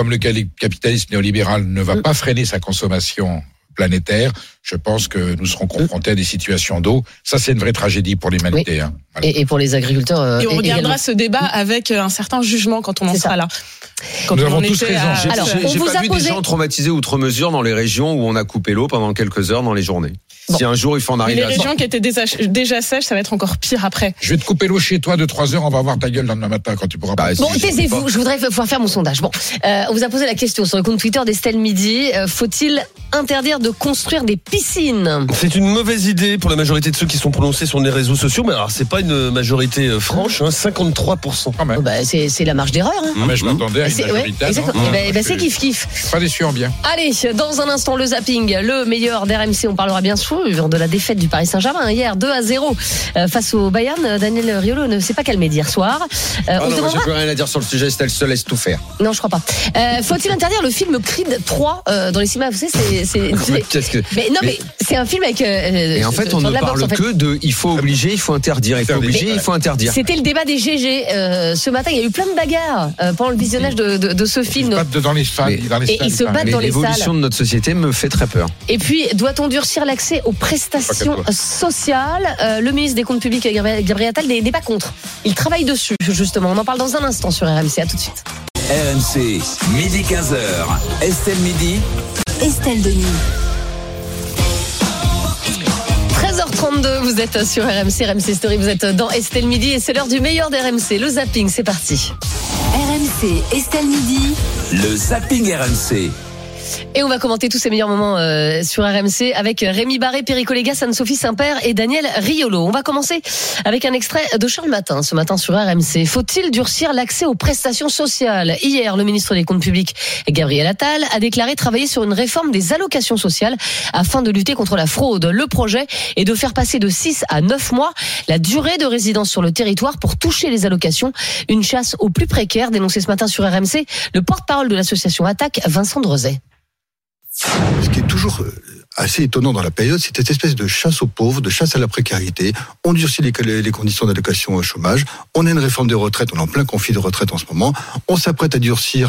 néolibéral ne va pas freiner sa consommation planétaire, je pense que nous serons confrontés à des situations d'eau. Ça, c'est une vraie tragédie pour l'humanité. Voilà. Et pour les agriculteurs. Et on regardera ce débat avec un certain jugement quand on en sera là. Nous avons tous raison. J'ai pas vu des gens traumatisés outre mesure dans les régions où on a coupé l'eau pendant quelques heures dans les journées. Si un jour il faut en arriver à ça. Les régions qui étaient déjà sèches, ça va être encore pire après. Je vais te couper l'eau chez toi de 3 heures, on va voir ta gueule lendemain matin quand tu pourras pas. Bon, taisez-vous, je voudrais pouvoir faire mon sondage. Bon, on vous a posé la question sur le compte Twitter d'Estelle Midi. Faut-il interdire de construire des piscines ? C'est une mauvaise idée pour la majorité de ceux qui sont prononcés sur les réseaux sociaux, mais alors c'est pas une majorité franche, 53%. Ah ben. C'est la marge d'erreur. Mais je m'attendais à une majorité. C'est kiff-kiff. Je suis pas déçu en bien. Allez, dans un instant, le zapping, le meilleur d'RMC. On parlera bien sûr de la défaite du Paris Saint-Germain hier 2-0 face au Bayern. Daniel Riolo ne s'est pas calmé d'hier soir. Moi j'ai plus rien à dire sur le sujet, Estelle se laisse tout faire. Non, je crois pas. Faut-il interdire le film Creed 3 dans les cinémas ? Vous savez, mais c'est un film avec. Et en fait, on ne parle que de il faut obliger, il faut interdire, il faut obliger, il faut interdire. C'était le débat des GG ce matin. Il y a eu plein de bagarres pendant le visionnage de ce film. Ils se battent dans les salles. Et ils se battent dans les salles. L'évolution de notre société me fait très peur. Et puis, doit-on durcir l'accès aux prestations sociales ? Le ministre des Comptes Publics, Gabriel Attal, n'est pas contre. Il travaille dessus, justement. On en parle dans un instant sur RMC. À tout de suite. RMC, midi 15h. Estelle Midi. Estelle Denis. 13h32, vous êtes sur RMC Story, vous êtes dans Estelle Midi et c'est l'heure du meilleur d'RMC, le zapping, c'est parti. RMC, Estelle Midi. Le zapping RMC. Et on va commenter tous ces meilleurs moments sur RMC avec Rémi Barré, Perico Légas, Anne-Sophie Saint-Père et Daniel Riolo. On va commencer avec un extrait de Charles Matin, ce matin sur RMC. Faut-il durcir l'accès aux prestations sociales ? Hier, le ministre des Comptes Publics, Gabriel Attal, a déclaré travailler sur une réforme des allocations sociales afin de lutter contre la fraude. Le projet est de faire passer de 6 à 9 mois la durée de résidence sur le territoire pour toucher les allocations. Une chasse aux plus précaires, dénoncé ce matin sur RMC le porte-parole de l'association Attaque, Vincent Drezet. Ce qui est toujours assez étonnant dans la période, c'est cette espèce de chasse aux pauvres, de chasse à la précarité. On durcit les conditions d'allocation au chômage. On a une réforme des retraites, on est en plein conflit de retraite en ce moment. On s'apprête à durcir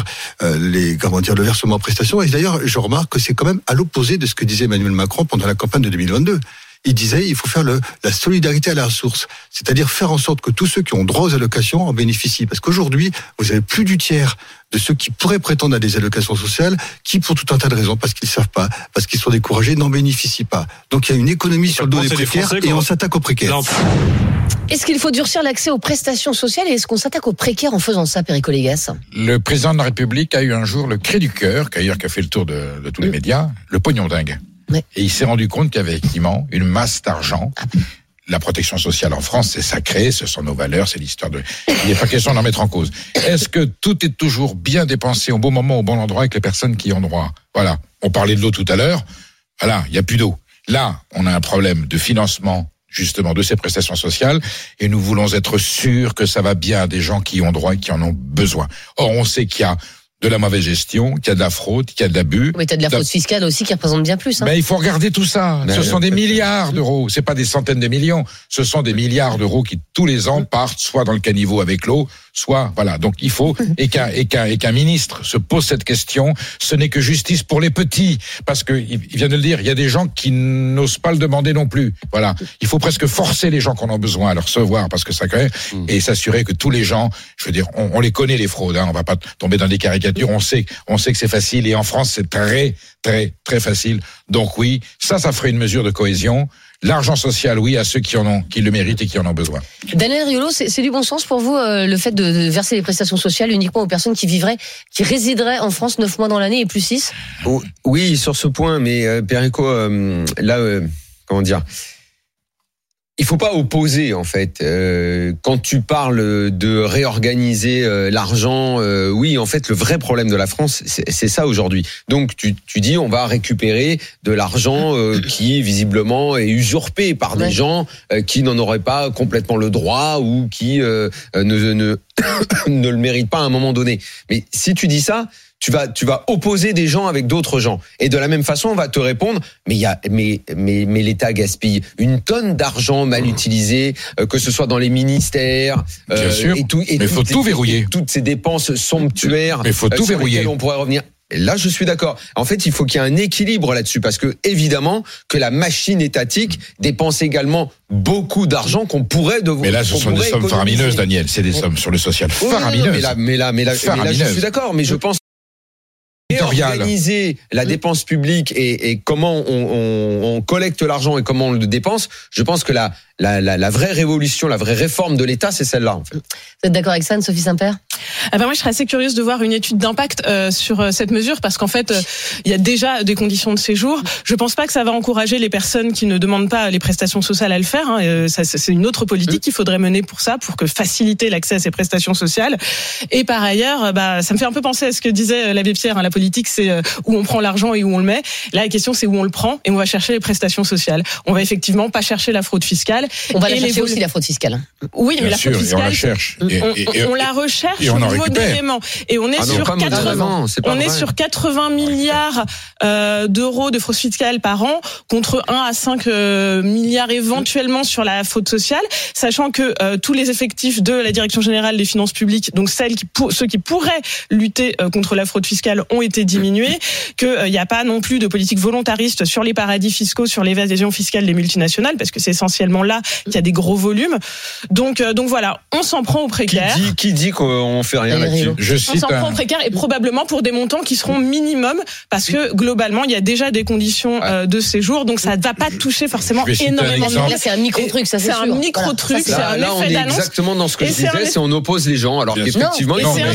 le versement en prestations. Et d'ailleurs, je remarque que c'est quand même à l'opposé de ce que disait Emmanuel Macron pendant la campagne de 2022. Il disait il faut faire la solidarité à la source, c'est-à-dire faire en sorte que tous ceux qui ont droit aux allocations en bénéficient. Parce qu'aujourd'hui, vous avez plus du tiers de ceux qui pourraient prétendre à des allocations sociales, qui pour tout un tas de raisons, parce qu'ils ne savent pas, parce qu'ils sont découragés, n'en bénéficient pas. Donc il y a une économie sur le dos des précaires et on s'attaque aux précaires. Est-ce qu'il faut durcir l'accès aux prestations sociales et est-ce qu'on s'attaque aux précaires en faisant ça, Perico Légas ? Le président de la République a eu un jour le cri du cœur, qui a fait le tour de tous les médias, le pognon dingue. Ouais. Et il s'est rendu compte qu'il y avait effectivement une masse d'argent. La protection sociale en France, c'est sacré, ce sont nos valeurs, c'est l'histoire de... Il n'est pas question d'en mettre en cause. Est-ce que tout est toujours bien dépensé au bon moment, au bon endroit avec les personnes qui y ont droit ? Voilà. On parlait de l'eau tout à l'heure. Voilà, il n'y a plus d'eau. Là, on a un problème de financement justement de ces prestations sociales et nous voulons être sûrs que ça va bien à des gens qui y ont droit et qui en ont besoin. Or, on sait qu'il y a de la mauvaise gestion, qu'il y a de la fraude, qu'il y a de l'abus. Oui, t'as de la fraude fiscale aussi qui représente bien plus. Mais il faut regarder tout ça. Ce sont des milliards d'euros. C'est pas des centaines de millions. Ce sont des milliards d'euros qui tous les ans partent soit dans le caniveau avec l'eau, soit voilà. Donc il faut et qu'un ministre se pose cette question. Ce n'est que justice pour les petits, parce que il vient de le dire. Il y a des gens qui n'osent pas le demander non plus. Voilà. Il faut presque forcer les gens qu'on a besoin à le recevoir, parce que ça crée et s'assurer que tous les gens, je veux dire, on les connaît les fraudes. On va pas tomber dans des caricatures. On sait que c'est facile et en France c'est très très très facile. Donc oui, ça ferait une mesure de cohésion. L'argent social, oui, à ceux qui le méritent et qui en ont besoin. Daniel Riolo, c'est du bon sens pour vous le fait de verser les prestations sociales uniquement aux personnes qui résideraient en France 9 mois dans l'année et plus 6 ? Oui, sur ce point, mais Perico, comment dire ? Il faut pas opposer en fait. Quand tu parles de réorganiser l'argent, oui, en fait, le vrai problème de la France, c'est ça aujourd'hui. Donc, tu dis, on va récupérer de l'argent qui visiblement est usurpé par des gens qui n'en auraient pas complètement le droit ou qui ne le méritent pas à un moment donné. Mais si tu dis ça, tu vas opposer des gens avec d'autres gens. Et de la même façon, on va te répondre, mais l'État gaspille une tonne d'argent mal utilisé, que ce soit dans les ministères. Bien sûr. Mais il faut tout verrouiller. Toutes ces dépenses somptuaires. Mais il faut tout verrouiller. On pourrait revenir. Et là, je suis d'accord. En fait, il faut qu'il y ait un équilibre là-dessus, parce que évidemment que la machine étatique dépense également beaucoup d'argent qu'on pourrait devoir. Mais là, ce sont des sommes faramineuses, Daniel. C'est des sommes sur le social faramineuses. Mais là, je suis d'accord. Mais je pense. organiser la dépense publique et comment on collecte l'argent et comment on le dépense, je pense que la vraie révolution, la vraie réforme de l'État, c'est celle-là, en fait. Vous êtes d'accord avec ça, Anne-Sophie Saint-Père? Moi, je serais assez curieuse de voir une étude d'impact sur cette mesure, parce qu'en fait, il y a déjà des conditions de séjour. Je pense pas que ça va encourager les personnes qui ne demandent pas les prestations sociales à le faire. Ça, c'est une autre politique qu'il faudrait mener pour ça, pour que faciliter l'accès à ces prestations sociales. Et par ailleurs, ça me fait un peu penser à ce que disait l'abbé Pierre. La politique, c'est où on prend l'argent et où on le met. Là, la question, c'est où on le prend et on va chercher les prestations sociales. On va effectivement pas chercher la fraude fiscale. On va la chercher aussi, la fraude fiscale. Oui, mais la fraude fiscale, on la cherche. On la recherche et on en modérément. Et on est sur 80 milliards d'euros de fraude fiscale par an, contre 1 à 5 milliards éventuellement sur la fraude sociale, sachant que tous les effectifs de la Direction générale des finances publiques, donc ceux qui pourraient lutter contre la fraude fiscale, ont été diminués, qu'il n'y a pas non plus de politique volontariste sur les paradis fiscaux, sur l'évasion fiscale des multinationales, parce que c'est essentiellement là qu'il y a des gros volumes. Donc voilà, on s'en prend aux précaires. Qui dit qu'on fait rien là-dessus? On s'en prend aux précaires, et probablement pour des montants qui seront minimum, parce que globalement, il y a déjà des conditions de séjour, donc ça ne va pas toucher forcément énormément de monde. Là, c'est un micro-truc, ça, c'est sûr. C'est un micro-truc, c'est un là, effet d'annonce. Exactement dans ce que je disais, c'est on oppose les gens, alors qu'effectivement...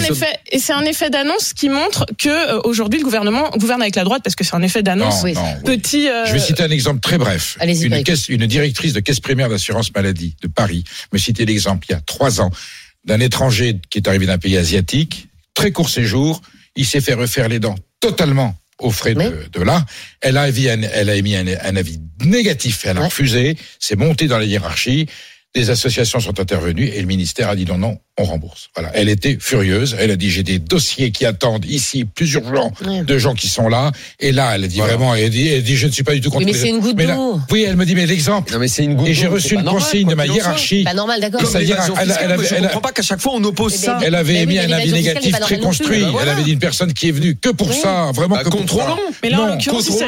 C'est un effet d'annonce qui montre que aujourd'hui le gouvernement gouverne avec la droite, parce que c'est un effet d'annonce. Je vais citer un exemple très bref. Une directrice de caisse primaire d'assurance maladie de Paris me citait l'exemple il y a 3 ans d'un étranger qui est arrivé d'un pays asiatique, très court séjour, il s'est fait refaire les dents totalement aux frais de là. Elle a émis un avis négatif, elle a refusé, c'est monté dans la hiérarchie, des associations sont intervenues et le ministère a dit non, on rembourse. Voilà. Elle était furieuse. Elle a dit j'ai des dossiers qui attendent ici, plus urgents, de gens qui sont là. Et là, elle a dit vraiment, elle dit je ne suis pas du tout contre. Mais c'est une goutte d'eau. Oui, elle me dit mais l'exemple. Non mais c'est une goutte d'eau. Et j'ai reçu une consigne de ma hiérarchie. Pas normal, d'accord. Je comprends pas qu'à chaque fois on oppose ça. Elle avait émis un avis négatif très construit. Elle avait dit une personne qui est venue que pour ça, vraiment que pour ça. Mais là, en l'occurrence, il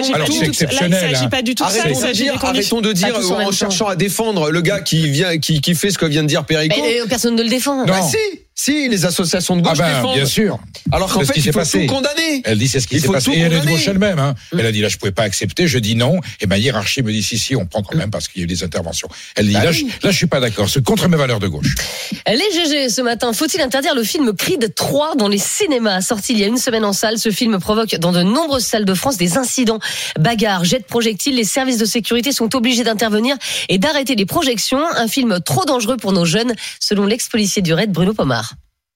s'agit pas du tout de ça. Arrêtons de dire en cherchant à défendre le gars qui fait ce que vient de dire Perico. Personne ne le défend. Si, les associations de gauche défendent. Bien sûr. Alors qu'en fait, il faut tout condamner. Elle dit c'est ce qui s'est passé. Et elle est de gauche elle-même. Elle a dit là, je pouvais pas accepter. Je dis non. Et ma hiérarchie me dit si, on prend quand même parce qu'il y a eu des interventions. Elle dit là, je suis pas d'accord. C'est contre mes valeurs de gauche. Les GG ce matin. Faut-il interdire le film Creed 3 dans les cinémas? Sorti il y a une semaine en salle, ce film provoque dans de nombreuses salles de France des incidents, bagarres, jets de projectiles. Les services de sécurité sont obligés d'intervenir et d'arrêter les projections. Un film trop dangereux pour nos jeunes, selon l'ex-policier du RAID Bruno Pomar.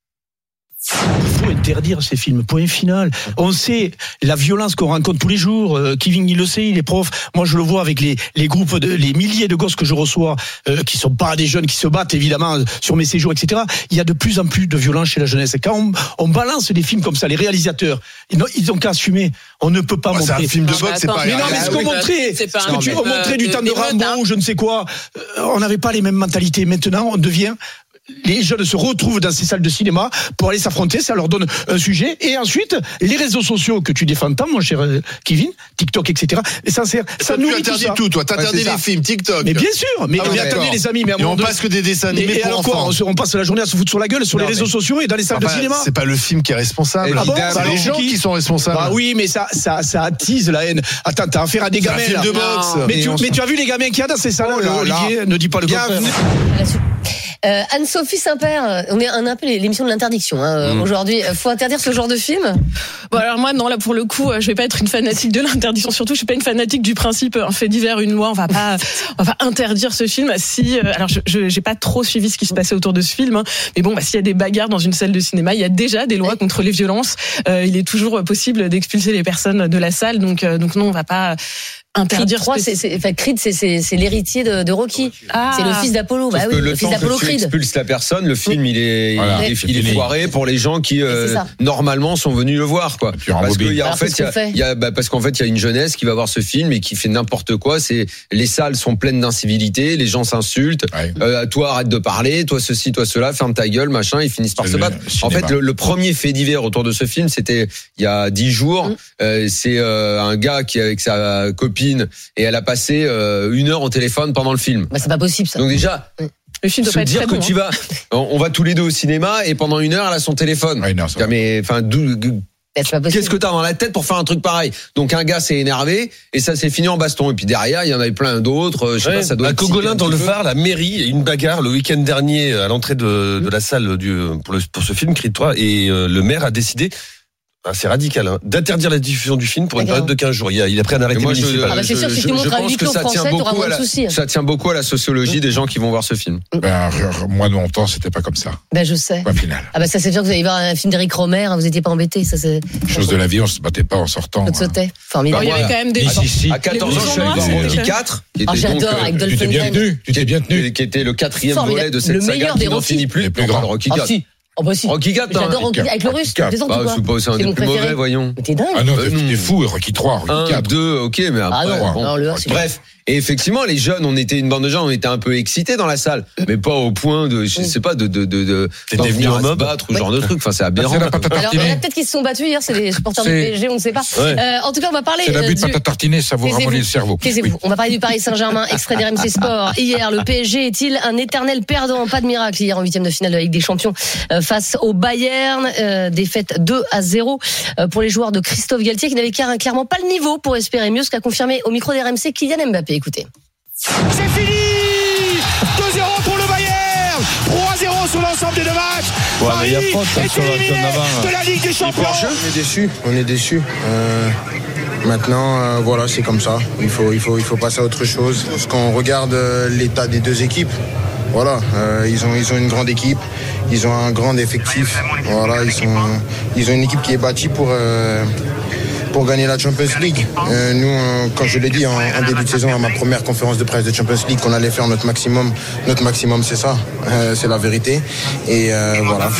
Il faut interdire ces films, point final. On sait la violence qu'on rencontre tous les jours. Kevin, il le sait, il est prof. Moi, je le vois avec les groupes, les milliers de gosses que je reçois, qui sont pas des jeunes qui se battent, évidemment, sur mes séjours, etc. Il y a de plus en plus de violence chez la jeunesse. Quand on balance des films comme ça, les réalisateurs, ils ont qu'à assumer. On ne peut pas montrer. C'est un film de boxe, c'est pas mais non, mais ce qu'on montrait, tu veux montrer du temps de Rambo ou je ne sais quoi, on n'avait pas les mêmes mentalités. Maintenant, on devient... Les jeunes se retrouvent dans ces salles de cinéma pour aller s'affronter, ça leur donne un sujet. Et ensuite, les réseaux sociaux que tu défends tant, mon cher Kevin, TikTok, etc. Et ça nourrit tout ça. Tout, toi, t'interdis les films, TikTok. Mais bien sûr, mais attendez les amis, mais on passe que des dessins animés pour enfants. On passe la journée à se foutre sur la gueule sur les réseaux sociaux et dans les salles de cinéma. C'est pas le film qui est responsable. C'est les gens qui sont responsables. Ah oui, mais ça attise la haine. Attends, t'as affaire à des gamins. C'est un film de boxe. Mais tu as vu les gamins qu'il y a dans ces salles-là, Olivier, ne dis pas le contraire. Anne-Sophie Saint-Père, on est un peu l'émission de l'interdiction aujourd'hui. Faut interdire ce genre de film? Bon alors moi non, là pour le coup, je vais pas être une fanatique de l'interdiction. Surtout, je suis pas une fanatique du principe un fait divers, une loi. On va pas interdire ce film. Si alors j'ai pas trop suivi ce qui se passait autour de ce film, mais bon, s'il y a des bagarres dans une salle de cinéma, il y a déjà des lois contre les violences. Il est toujours possible d'expulser les personnes de la salle. Donc non, on va pas interdire. Creed, c'est l'héritier de Rocky. C'est le fils d'Apollo. Bah oui, le fils d'Apollo Creed. Expulse la personne, le film il est foiré pour les gens qui normalement sont venus le voir, quoi. Parce qu'en fait il y a une jeunesse qui va voir ce film et qui fait n'importe quoi. Les salles sont pleines d'incivilité, les gens s'insultent. Toi arrête de parler, toi ceci, toi cela, ferme ta gueule, machin. Ils finissent par se battre. En fait, le premier fait divers autour de ce film, c'était il y a 10 jours. C'est un gars qui avec sa copine et elle a passé 1 heure au téléphone pendant le film. C'est pas possible ça. Donc déjà, le film doit se pas dire être que tu vas, on va tous les deux au cinéma et pendant 1 heure elle a son téléphone. Mais Qu'est-ce que t'as dans la tête pour faire un truc pareil? Donc un gars s'est énervé et ça s'est fini en baston. Et puis derrière, il y en avait plein d'autres. Je sais pas, ça doit être. À Cogolin, dans le Var, la mairie, une bagarre le week-end dernier à l'entrée de la salle pour ce film Cri de toi, et le maire a décidé. C'est radical, d'interdire la diffusion du film pour une période de 15 jours. Il a pris un arrêté municipal. C'est sûr, si tu montres à huis clos français, t'auras moins de soucis. Ça tient beaucoup à la sociologie des gens qui vont voir ce film. Moi, de mon temps, c'était pas comme ça. Je sais. Point final. Ça, c'est sûr que vous allez voir un film d'Éric Rohmer, vous étiez pas embêtés. Chose de la vie, on se battait pas en sortant. On sautait. Formidable. Il y avait quand même des. À 14 ans, je suis allé voir Rocky 4. J'adore, avec Dolph Lundgren. Tu t'es bien tenu. Qui était le 4e volet de cette saga qui n'en finit plus. Le plus grand. Rocky 4. Si. Rocky 4, j'adore Rocky avec le russe. C'est un des plus mauvais, voyons. Mais t'es dingue. Ah non, t'es fou, Rocky 3, Rocky 4. 2, ok, mais après. Bref. Et effectivement, les jeunes, on était une bande de gens, on était un peu excités dans la salle, mais pas au point de, je sais pas, d'en venir à se battre ou genre de truc. Enfin, c'est aberrant. Alors, peut-être qu'ils se sont battus hier, c'est des supporters du PSG, on ne sait pas. En tout cas, on va parler. C'est l'abus de pâte à tartiner, ça vous ramollit le cerveau. Taisez-vous. On va parler du Paris Saint-Germain, extrait d'RMC Sport. Hier, le PSG est-il un éternel perdant? Pas de miracle hier en 8e de finale de la Ligue des Champions face au Bayern. Défaite 2-0 pour les joueurs de Christophe Galtier qui n'avaient clairement pas le niveau pour espérer mieux, ce qu'a confirmé au micro d'RMC Kylian Mbappé. Écoutez. C'est fini. 2-0 pour le Bayern, 3-0 sur l'ensemble des deux matchs. Paris est éliminé de la Ligue des Champions. On est déçus. Maintenant, voilà, c'est comme ça. Il faut passer à autre chose. Parce qu'on regarde l'état des deux équipes, voilà, ils ont une grande équipe, ils ont un grand effectif. Voilà, ils ont une équipe qui est bâtie pour gagner la Champions League. Nous, quand je l'ai dit en début de saison, à ma première conférence de presse de Champions League, qu'on allait faire notre maximum. Notre maximum, c'est ça, c'est la vérité. Et voilà.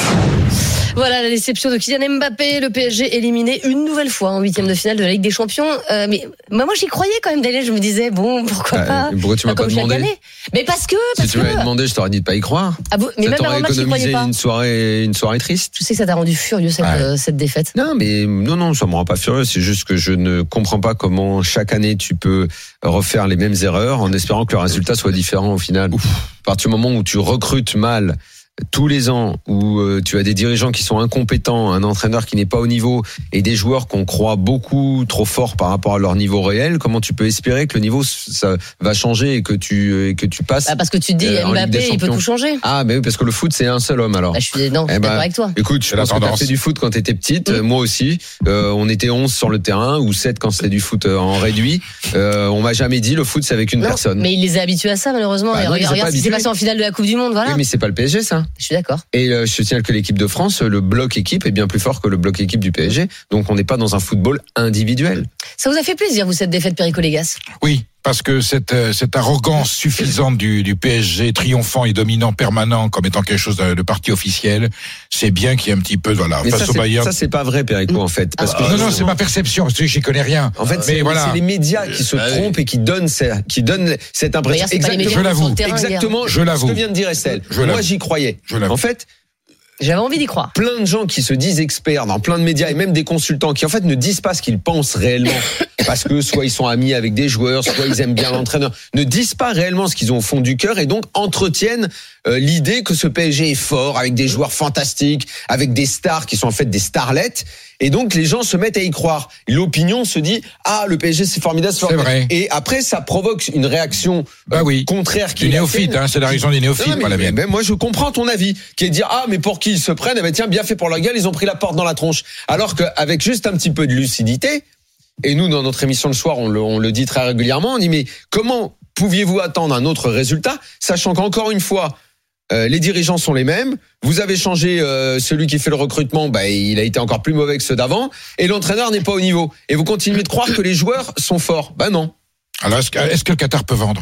Voilà la déception de Kylian Mbappé, le PSG éliminé une nouvelle fois en 8e de finale de la Ligue des Champions. Mais moi j'y croyais quand même d'aller, je me disais bon, pourquoi pas. Pourquoi tu m'as pas demandé? Mais parce que si tu m'avais demandé, je t'aurais dit de pas y croire. Mais ça même t'aurait économisé une soirée triste. Je sais que ça t'a rendu furieux cette défaite. Non, ça me rend pas furieux, c'est juste que je ne comprends pas comment chaque année tu peux refaire les mêmes erreurs en espérant que le résultat soit différent au final. À partir du moment où tu recrutes mal tous les ans, où tu as des dirigeants qui sont incompétents, un entraîneur qui n'est pas au niveau et des joueurs qu'on croit beaucoup trop forts par rapport à leur niveau réel, comment tu peux espérer que le niveau ça va changer et que tu passes? Parce que tu te dis Mbappé, il peut tout changer. Mais oui, parce que le foot c'est un seul homme alors. Je suis d'accord avec toi. Écoute, je pense que t'as fait du foot quand t'étais petite, moi aussi. On était 11 sur le terrain ou 7 quand c'était du foot en réduit. On m'a jamais dit le foot c'est avec une personne. Mais il les a habitués à ça malheureusement. Regarde ce qui s'est passé en finale de la Coupe du Monde, voilà. Oui, mais c'est pas le PSG ça. Je suis d'accord. Et je signale que l'équipe de France, le bloc équipe est bien plus fort que le bloc équipe du PSG. Donc on n'est pas dans un football individuel. Ça vous a fait plaisir, vous, cette défaite, Perico Légas? Oui, parce que cette arrogance suffisante du PSG, triomphant et dominant permanent comme étant quelque chose de parti officiel, c'est bien qu'il y ait un petit peu face au Bayern. Ça c'est pas vrai, Perico, en fait. Parce que non, c'est ma perception, parce que j'y connais rien. En fait, c'est les médias qui se trompent et qui donnent cette impression. Je l'avoue. Exactement. Je l'avoue. Ce que vient de dire Estelle. Moi, j'y croyais. En fait, j'avais envie d'y croire. Plein de gens qui se disent experts dans plein de médias et même des consultants qui en fait ne disent pas ce qu'ils pensent réellement parce que soit ils sont amis avec des joueurs, soit ils aiment bien l'entraîneur, ne disent pas réellement ce qu'ils ont au fond du cœur et donc entretiennent l'idée que ce PSG est fort avec des joueurs fantastiques, avec des stars qui sont en fait des starlettes. Et donc les gens se mettent à y croire. L'opinion se dit le PSG c'est formidable, c'est vrai. Et après ça provoque une réaction contraire qui est néophyte. C'est la raison des néophytes, pas la mienne. Moi je comprends ton avis, qui est de dire mais pour qui ils se prennent? Tiens, bien fait pour leur gueule, ils ont pris la porte dans la tronche. Alors qu'avec juste un petit peu de lucidité, et nous dans notre émission le soir on le dit très régulièrement, on dit mais comment pouviez-vous attendre un autre résultat, sachant qu'encore une fois les dirigeants sont les mêmes, vous avez changé celui qui fait le recrutement, il a été encore plus mauvais que ceux d'avant, et l'entraîneur n'est pas au niveau. Et vous continuez de croire que les joueurs sont forts. Non. Alors est-ce que le Qatar peut vendre?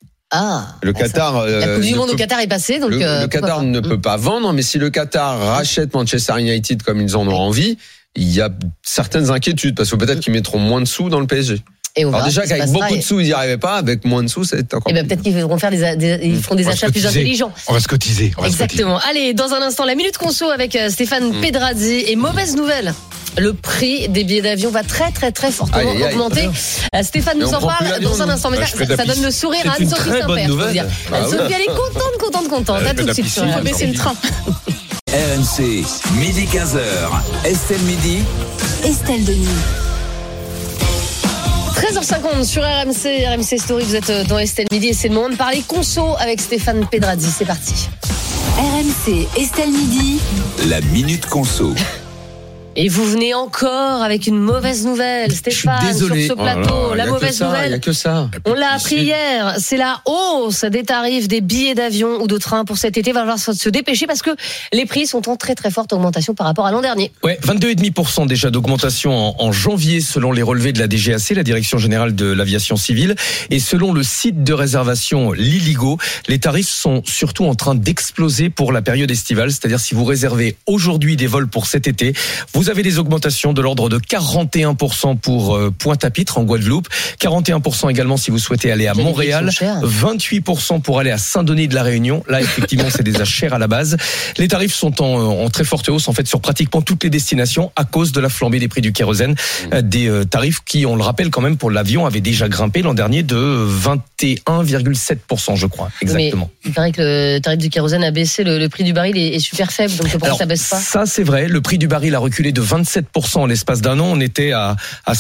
Le Qatar. La Coupe du Monde au Qatar est passée, donc le Qatar ne peut pas vendre, mais si le Qatar rachète Manchester United comme ils en ont envie, il y a certaines inquiétudes parce que peut-être qu'ils mettront moins de sous dans le PSG. Alors déjà qu'avec beaucoup de sous ils n'y arrivaient pas, avec moins de sous c'est encore. Peut-être qu'ils vont faire ils feront des achats plus intelligents. On va se cotiser. Exactement. Allez, dans un instant la minute conso avec Stéphane Pedrazzi. Et mauvaise nouvelle, le prix des billets d'avion va très très très fortement augmenter. Stéphane nous en parle dans un instant. Mais ça donne le sourire à Anne-Sophie Saint-Père. Anne-Sophie elle est contente. À tout de suite. Il faut baisser le train. RMC, midi 15h, Estelle Midi. Estelle Denis. 13h50 sur RMC Story, vous êtes dans Estelle Midi et c'est le moment de parler conso avec Stéphane Pedrazzi, c'est parti. RMC Estelle Midi. La Minute Conso. Et vous venez encore avec une mauvaise nouvelle, Stéphane, sur ce plateau. La mauvaise nouvelle, il n'y a que ça. On l'a appris hier, c'est la hausse des tarifs des billets d'avion ou de train pour cet été. Il va falloir se dépêcher parce que les prix sont en très très forte augmentation par rapport à l'an dernier. Ouais, 22,5% déjà d'augmentation en janvier selon les relevés de la DGAC, la Direction Générale de l'Aviation Civile. Et selon le site de réservation Liligo, les tarifs sont surtout en train d'exploser pour la période estivale. C'est-à-dire si vous réservez aujourd'hui des vols pour cet été, vous avez des augmentations de l'ordre de 41% pour Pointe-à-Pitre en Guadeloupe, 41% également si vous souhaitez aller à Montréal, 28% pour aller à Saint-Denis de la Réunion. Là, effectivement, c'est déjà cher à la base. Les tarifs sont en très forte hausse en fait sur pratiquement toutes les destinations à cause de la flambée des prix du kérosène, des tarifs qui, on le rappelle quand même pour l'avion, avaient déjà grimpé l'an dernier de 21,7%, je crois, exactement. Mais il paraît que le tarif du kérosène a baissé, le prix du baril est super faible, donc pourquoi ça baisse pas? Ça, c'est vrai. Le prix du baril a reculé de 27% en l'espace d'un an. On était à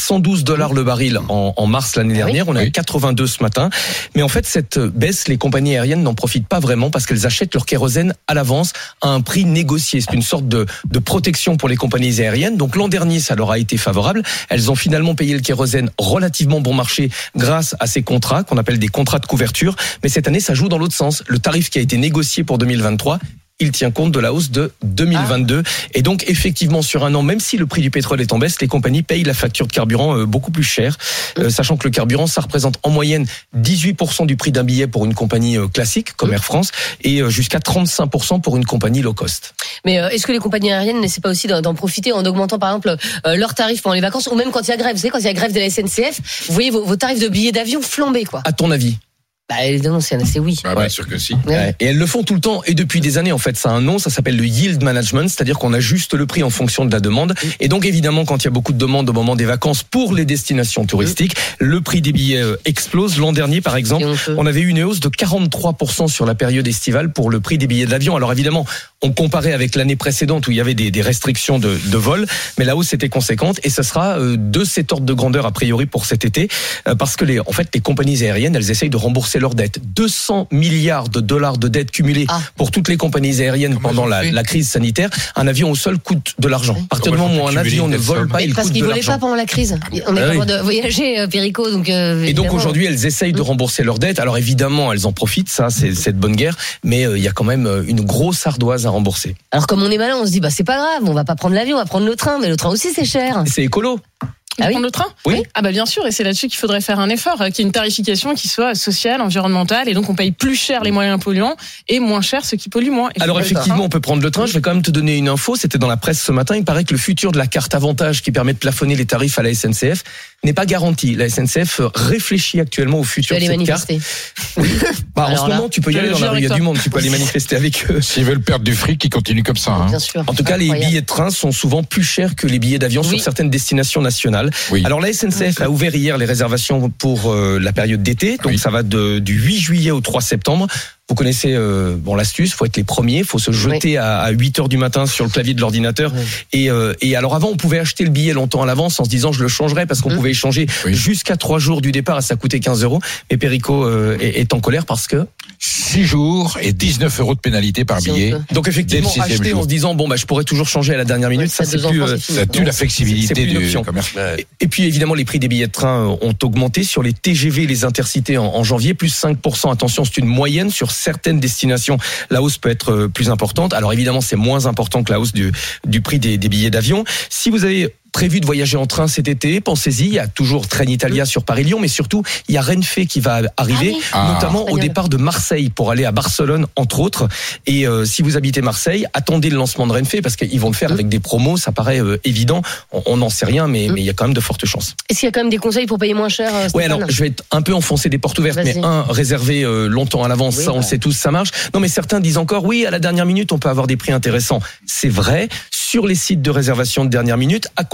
$112 le baril en mars l'année dernière. On est à 82 ce matin. Mais en fait, cette baisse, les compagnies aériennes n'en profitent pas vraiment parce qu'elles achètent leur kérosène à l'avance à un prix négocié. C'est une sorte de protection pour les compagnies aériennes. Donc l'an dernier, ça leur a été favorable. Elles ont finalement payé le kérosène relativement bon marché grâce à ces contrats qu'on appelle des contrats de couverture. Mais cette année, ça joue dans l'autre sens. Le tarif qui a été négocié pour 2023, il tient compte de la hausse de 2022. Et donc, effectivement, sur un an, même si le prix du pétrole est en baisse, les compagnies payent la facture de carburant beaucoup plus cher. Sachant que le carburant, ça représente en moyenne 18% du prix d'un billet pour une compagnie classique, comme Air France, et jusqu'à 35% pour une compagnie low cost. Mais est-ce que les compagnies aériennes n'essaient pas aussi d'en profiter en augmentant, par exemple, leurs tarifs pendant les vacances, ou même quand il y a grève? Vous savez, quand il y a grève de la SNCF, vous voyez vos tarifs de billets d'avion flamber, quoi. À ton avis? Non, c'est oui. Bien sûr que si. Ouais. Et elles le font tout le temps et depuis des années en fait. Ça a un nom, ça s'appelle le yield management, c'est-à-dire qu'on ajuste le prix en fonction de la demande. Et donc évidemment, quand il y a beaucoup de demandes au moment des vacances pour les destinations touristiques, le prix des billets explose. L'an dernier, par exemple, on avait eu une hausse de 43% sur la période estivale pour le prix des billets de l'avion. Alors évidemment, on comparait avec l'année précédente où il y avait des restrictions de vol, mais la hausse était conséquente et ce sera de cet ordre de grandeur a priori pour cet été, parce que les compagnies aériennes, elles essayent de rembourser leurs dettes. 200 milliards de dollars de dettes cumulées pour toutes les compagnies aériennes pendant la crise sanitaire. Un avion au sol coûte de l'argent. À partir du moment où un avion ne vole pas, il coûte de l'argent. Parce qu'ils volaient pas pendant la crise. On n'est pas droit de voyager, Perico. Donc, et donc aujourd'hui, elles essayent de rembourser leurs dettes. Alors évidemment, elles en profitent, ça, c'est cette bonne guerre. Mais il y a quand même une grosse ardoise à rembourser. Alors comme on est malin, on se dit c'est pas grave, on va pas prendre l'avion, on va prendre le train. Mais le train aussi, c'est cher. C'est écolo. Prendre le train? Oui. Bien sûr, et c'est là-dessus qu'il faudrait faire un effort, qu'il y ait une tarification qui soit sociale, environnementale, et donc on paye plus cher les moyens polluants et moins cher ceux qui polluent moins. Alors effectivement, on peut prendre le train. Je vais quand même te donner une info. C'était dans la presse ce matin. Il paraît que le futur de la carte avantage qui permet de plafonner les tarifs à la SNCF n'est pas garanti. La SNCF réfléchit actuellement au futur de cette carte. Oui. En ce moment, tu peux y aller dans la rue. Il y a du monde. Tu peux aller manifester avec eux. S'ils veulent perdre du fric, ils continuent comme ça. Bien sûr. En tout cas, les billets de train sont souvent plus chers que les billets d'avion sur certaines destinations nationales. Oui. Alors la SNCF a ouvert hier les réservations pour la période d'été. Donc ça va du 8 juillet au 3 septembre. Vous connaissez l'astuce, faut être les premiers, faut se jeter à 8h du matin sur le clavier de l'ordinateur. Et alors avant, on pouvait acheter le billet longtemps à l'avance en se disant je le changerai parce qu'on pouvait échanger jusqu'à 3 jours du départ et ça coûtait 15 €. Mais Perico est en colère parce que 6 jours et 19 € de pénalité par billet. Donc effectivement, acheter en se disant je pourrais toujours changer à la dernière minute, ça c'est plus ça tue la flexibilité du commerce. Et puis évidemment, les prix des billets de train ont augmenté sur les TGV, les intercités en janvier, plus 5%. Attention, c'est une moyenne sur certaines destinations. La hausse peut être plus importante. Alors évidemment, c'est moins important que la hausse du prix des billets d'avion. Si vous avez prévu de voyager en train cet été, pensez-y, il y a toujours Trenitalia sur Paris-Lyon, mais surtout, il y a Renfe qui va arriver, notamment au départ de Marseille pour aller à Barcelone, entre autres. Et si vous habitez Marseille, attendez le lancement de Renfe parce qu'ils vont le faire avec des promos, ça paraît évident. On n'en sait rien, mais il y a quand même de fortes chances. Est-ce qu'il y a quand même des conseils pour payer moins cher, Stéphane ? Oui, alors je vais être un peu enfoncer des portes ouvertes, mais réserver longtemps à l'avance, ça on le sait tous, ça marche. Non, mais certains disent encore, à la dernière minute, on peut avoir des prix intéressants. C'est vrai, sur les sites de réservation de dernière minute, à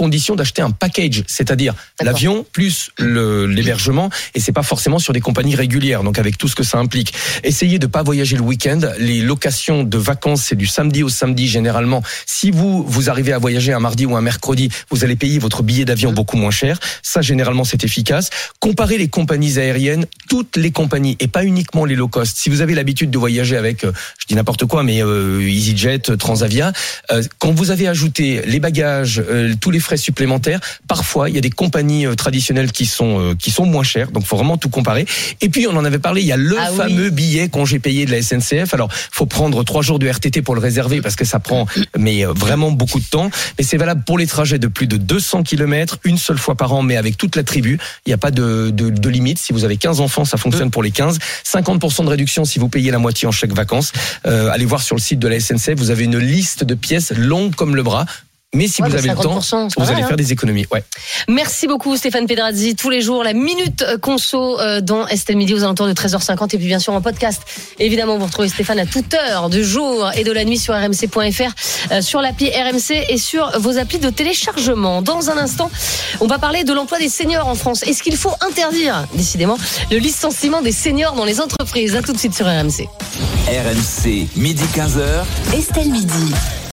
condition d'acheter un package, c'est-à-dire l'avion plus l'hébergement, et c'est pas forcément sur des compagnies régulières, donc avec tout ce que ça implique. Essayez de pas voyager le week-end. Les locations de vacances, c'est du samedi au samedi généralement. Si vous arrivez à voyager un mardi ou un mercredi, vous allez payer votre billet d'avion beaucoup moins cher. Ça, généralement, c'est efficace. Comparez les compagnies aériennes, toutes les compagnies, et pas uniquement les low cost. Si vous avez l'habitude de voyager avec, je dis n'importe quoi, mais EasyJet, Transavia, quand vous avez ajouté les bagages, tous les frais supplémentaires, parfois il y a des compagnies traditionnelles qui sont moins chères, donc faut vraiment tout comparer. Et puis on en avait parlé, il y a le fameux billet congé payé de la SNCF. Alors faut prendre 3 jours de RTT pour le réserver parce que ça prend vraiment beaucoup de temps. Mais c'est valable pour les trajets de plus de 200 km, une seule fois par an, mais avec toute la tribu. Il n'y a pas de limite. Si vous avez 15 enfants, ça fonctionne pour les 15. 50% de réduction si vous payez la moitié en chèque vacances. Allez voir sur le site de la SNCF, vous avez une liste de pièces longue comme le bras. Mais si vous avez le temps, vous allez faire des économies. Ouais. Merci beaucoup Stéphane Pedrazzi. Tous les jours, la Minute Conso dans Estelle Midi aux alentours de 13h50. Et puis bien sûr en podcast. Évidemment, vous retrouvez Stéphane à toute heure du jour et de la nuit sur rmc.fr, sur l'appli RMC et sur vos applis de téléchargement. Dans un instant, on va parler de l'emploi des seniors en France. Est-ce qu'il faut interdire, décidément, le licenciement des seniors dans les entreprises? À tout de suite sur RMC. RMC, midi 15h. Estelle Midi.